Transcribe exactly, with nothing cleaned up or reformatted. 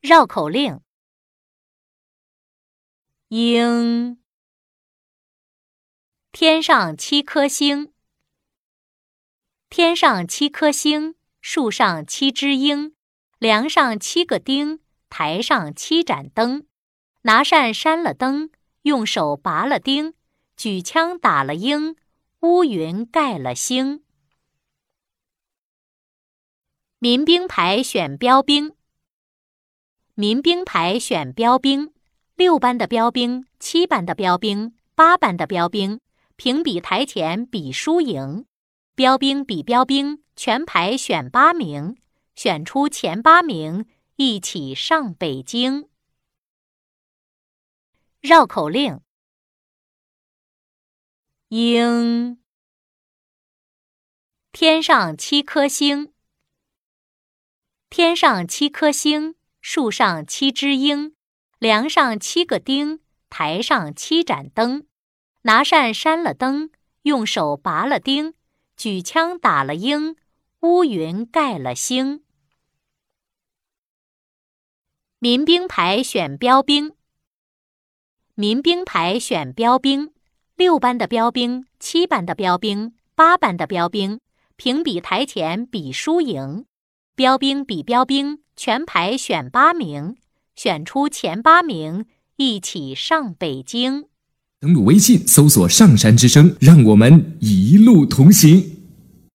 绕口令：鹰，天上七颗星，天上七颗星，树上七只鹰，梁上七个钉，台上七盏灯。拿扇扇了灯，用手拔了钉，举枪打了鹰，乌云盖了星。民兵排选标兵，民兵排选标兵，六班的标兵，七班的标兵，八班的标兵，评比台前比输赢。标兵比标兵，全排选八名，选出前八名，一起上北京。绕口令：鹰，天上七颗星，天上七颗星，树上七只鹰，梁上七个钉，台上七盏灯。拿扇扇了灯，用手拔了钉，举枪打了鹰，乌云盖了星。民兵排选标兵，民兵排选标兵，六班的标兵，七班的标兵，八班的标兵，评比台前比输赢。标兵比标兵，全排选八名，选出前八名，一起上北京。 登录微信搜索上山之声，让我们一路同行。